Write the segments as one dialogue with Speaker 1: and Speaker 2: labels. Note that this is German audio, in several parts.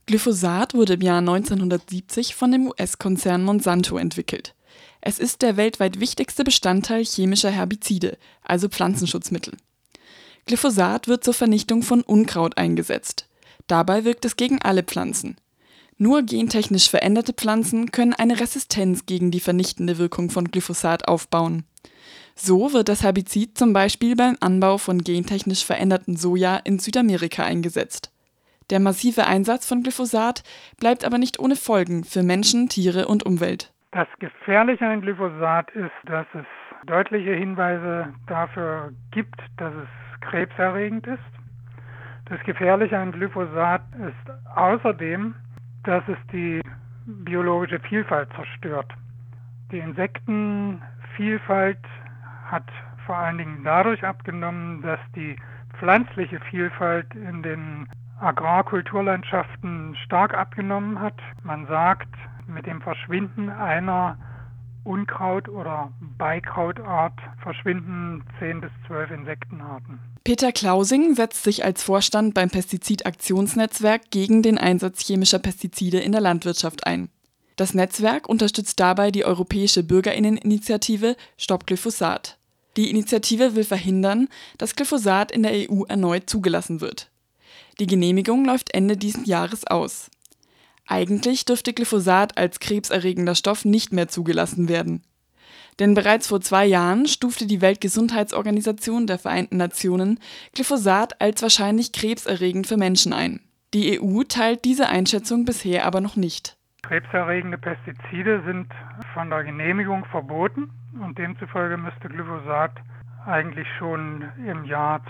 Speaker 1: Glyphosat wurde im Jahr 1970 von dem US-Konzern Monsanto entwickelt. Es ist der weltweit wichtigste Bestandteil chemischer Herbizide, also Pflanzenschutzmittel. Glyphosat wird zur Vernichtung von Unkraut eingesetzt. Dabei wirkt es gegen alle Pflanzen. Nur gentechnisch veränderte Pflanzen können eine Resistenz gegen die vernichtende Wirkung von Glyphosat aufbauen. So wird das Herbizid zum Beispiel beim Anbau von gentechnisch veränderten Soja in Südamerika eingesetzt. Der massive Einsatz von Glyphosat bleibt aber nicht ohne Folgen für Menschen, Tiere und Umwelt.
Speaker 2: Das Gefährliche an Glyphosat ist, dass es deutliche Hinweise dafür gibt, dass es krebserregend ist. Das Gefährliche an Glyphosat ist außerdem, dass es die biologische Vielfalt zerstört. Die Insektenvielfalt hat vor allen Dingen dadurch abgenommen, dass die pflanzliche Vielfalt in den Agrarkulturlandschaften stark abgenommen hat. Man sagt, mit dem Verschwinden einer Unkraut- oder Beikrautart verschwinden 10 bis 12 Insektenarten.
Speaker 1: Peter Klausing setzt sich als Vorstand beim Pestizidaktionsnetzwerk gegen den Einsatz chemischer Pestizide in der Landwirtschaft ein. Das Netzwerk unterstützt dabei die europäische Bürgerinneninitiative Stopp Glyphosat. Die Initiative will verhindern, dass Glyphosat in der EU erneut zugelassen wird. Die Genehmigung läuft Ende dieses Jahres aus. Eigentlich dürfte Glyphosat als krebserregender Stoff nicht mehr zugelassen werden. Denn bereits vor 2 Jahren stufte die Weltgesundheitsorganisation der Vereinten Nationen Glyphosat als wahrscheinlich krebserregend für Menschen ein. Die EU teilt diese Einschätzung bisher aber noch nicht.
Speaker 2: Krebserregende Pestizide sind von der Genehmigung verboten und demzufolge müsste Glyphosat eigentlich schon im Jahr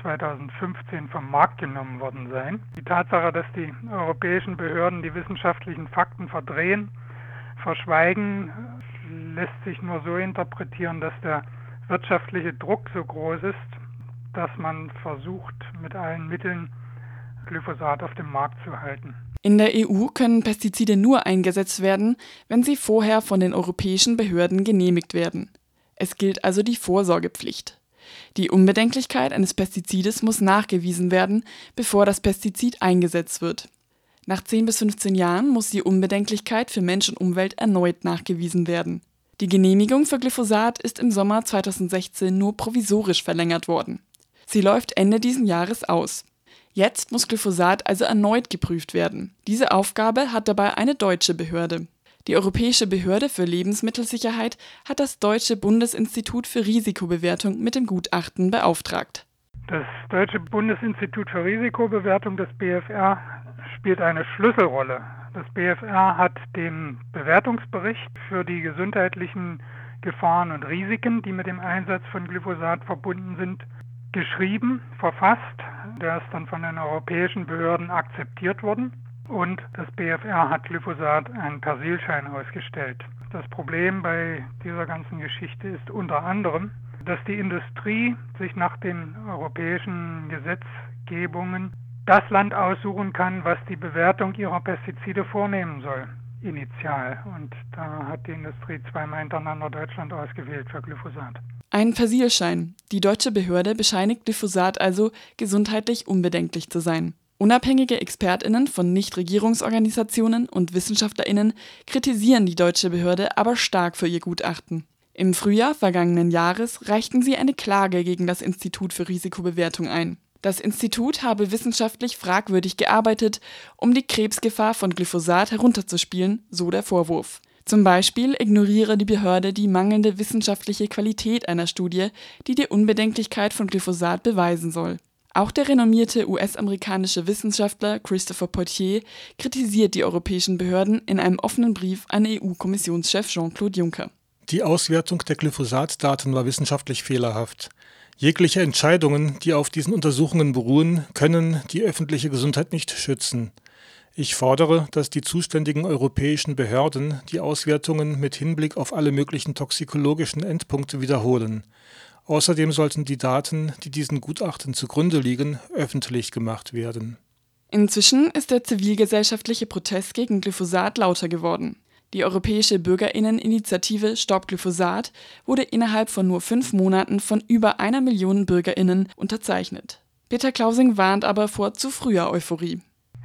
Speaker 2: 2015 vom Markt genommen worden sein. Die Tatsache, dass die europäischen Behörden die wissenschaftlichen Fakten verdrehen, verschweigen, lässt sich nur so interpretieren, dass der wirtschaftliche Druck so groß ist, dass man versucht, mit allen Mitteln Glyphosat auf dem Markt zu halten.
Speaker 1: In der EU können Pestizide nur eingesetzt werden, wenn sie vorher von den europäischen Behörden genehmigt werden. Es gilt also die Vorsorgepflicht. Die Unbedenklichkeit eines Pestizides muss nachgewiesen werden, bevor das Pestizid eingesetzt wird. Nach 10 bis 15 Jahren muss die Unbedenklichkeit für Mensch und Umwelt erneut nachgewiesen werden. Die Genehmigung für Glyphosat ist im Sommer 2016 nur provisorisch verlängert worden. Sie läuft Ende dieses Jahres aus. Jetzt muss Glyphosat also erneut geprüft werden. Diese Aufgabe hat dabei eine deutsche Behörde. Die Europäische Behörde für Lebensmittelsicherheit hat das Deutsche Bundesinstitut für Risikobewertung mit dem Gutachten beauftragt.
Speaker 2: Das Deutsche Bundesinstitut für Risikobewertung, das BfR, spielt eine Schlüsselrolle. Das BfR hat den Bewertungsbericht für die gesundheitlichen Gefahren und Risiken, die mit dem Einsatz von Glyphosat verbunden sind, geschrieben, verfasst. Der ist dann von den europäischen Behörden akzeptiert worden. Und das BfR hat Glyphosat einen Persilschein ausgestellt. Das Problem bei dieser ganzen Geschichte ist unter anderem, dass die Industrie sich nach den europäischen Gesetzgebungen das Land aussuchen kann, was die Bewertung ihrer Pestizide vornehmen soll, initial. Und da hat die Industrie zweimal hintereinander Deutschland ausgewählt für Glyphosat.
Speaker 1: Ein Persilschein. Die deutsche Behörde bescheinigt Glyphosat also, gesundheitlich unbedenklich zu sein. Unabhängige ExpertInnen von Nichtregierungsorganisationen und WissenschaftlerInnen kritisieren die deutsche Behörde aber stark für ihr Gutachten. Im Frühjahr vergangenen Jahres reichten sie eine Klage gegen das Institut für Risikobewertung ein. Das Institut habe wissenschaftlich fragwürdig gearbeitet, um die Krebsgefahr von Glyphosat herunterzuspielen, so der Vorwurf. Zum Beispiel ignoriere die Behörde die mangelnde wissenschaftliche Qualität einer Studie, die die Unbedenklichkeit von Glyphosat beweisen soll. Auch der renommierte US-amerikanische Wissenschaftler Christopher Poitier kritisiert die europäischen Behörden in einem offenen Brief an EU-Kommissionschef Jean-Claude Juncker.
Speaker 3: Die Auswertung der Glyphosat-Daten war wissenschaftlich fehlerhaft. Jegliche Entscheidungen, die auf diesen Untersuchungen beruhen, können die öffentliche Gesundheit nicht schützen. Ich fordere, dass die zuständigen europäischen Behörden die Auswertungen mit Hinblick auf alle möglichen toxikologischen Endpunkte wiederholen. Außerdem sollten die Daten, die diesen Gutachten zugrunde liegen, öffentlich gemacht werden.
Speaker 1: Inzwischen ist der zivilgesellschaftliche Protest gegen Glyphosat lauter geworden. Die europäische Bürgerinneninitiative Stopp Glyphosat wurde innerhalb von nur 5 Monaten von über 1 Million BürgerInnen unterzeichnet. Peter Klausing warnt aber vor zu früher Euphorie.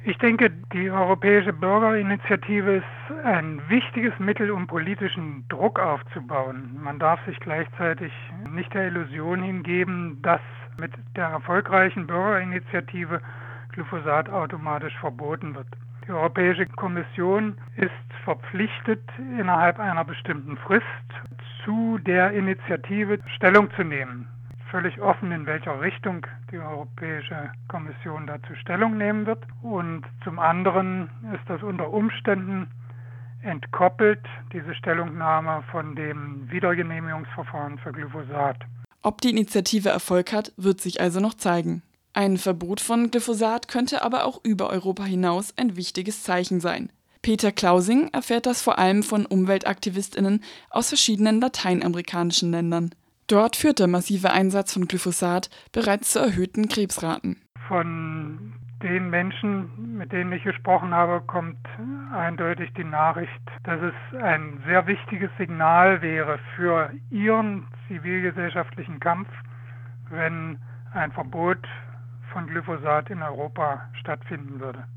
Speaker 2: Ich denke, die Europäische Bürgerinitiative ist ein wichtiges Mittel, um politischen Druck aufzubauen. Man darf sich gleichzeitig nicht der Illusion hingeben, dass mit der erfolgreichen Bürgerinitiative Glyphosat automatisch verboten wird. Die Europäische Kommission ist verpflichtet, innerhalb einer bestimmten Frist zu der Initiative Stellung zu nehmen. Völlig offen, in welcher Richtung die Europäische Kommission dazu Stellung nehmen wird. Und zum anderen ist das unter Umständen entkoppelt, diese Stellungnahme, von dem Wiedergenehmigungsverfahren für Glyphosat.
Speaker 1: Ob die Initiative Erfolg hat, wird sich also noch zeigen. Ein Verbot von Glyphosat könnte aber auch über Europa hinaus ein wichtiges Zeichen sein. Peter Klausing erfährt das vor allem von UmweltaktivistInnen aus verschiedenen lateinamerikanischen Ländern. Dort führt der massive Einsatz von Glyphosat bereits zu erhöhten Krebsraten.
Speaker 2: Von den Menschen, mit denen ich gesprochen habe, kommt eindeutig die Nachricht, dass es ein sehr wichtiges Signal wäre für ihren zivilgesellschaftlichen Kampf, wenn ein Verbot von Glyphosat in Europa stattfinden würde.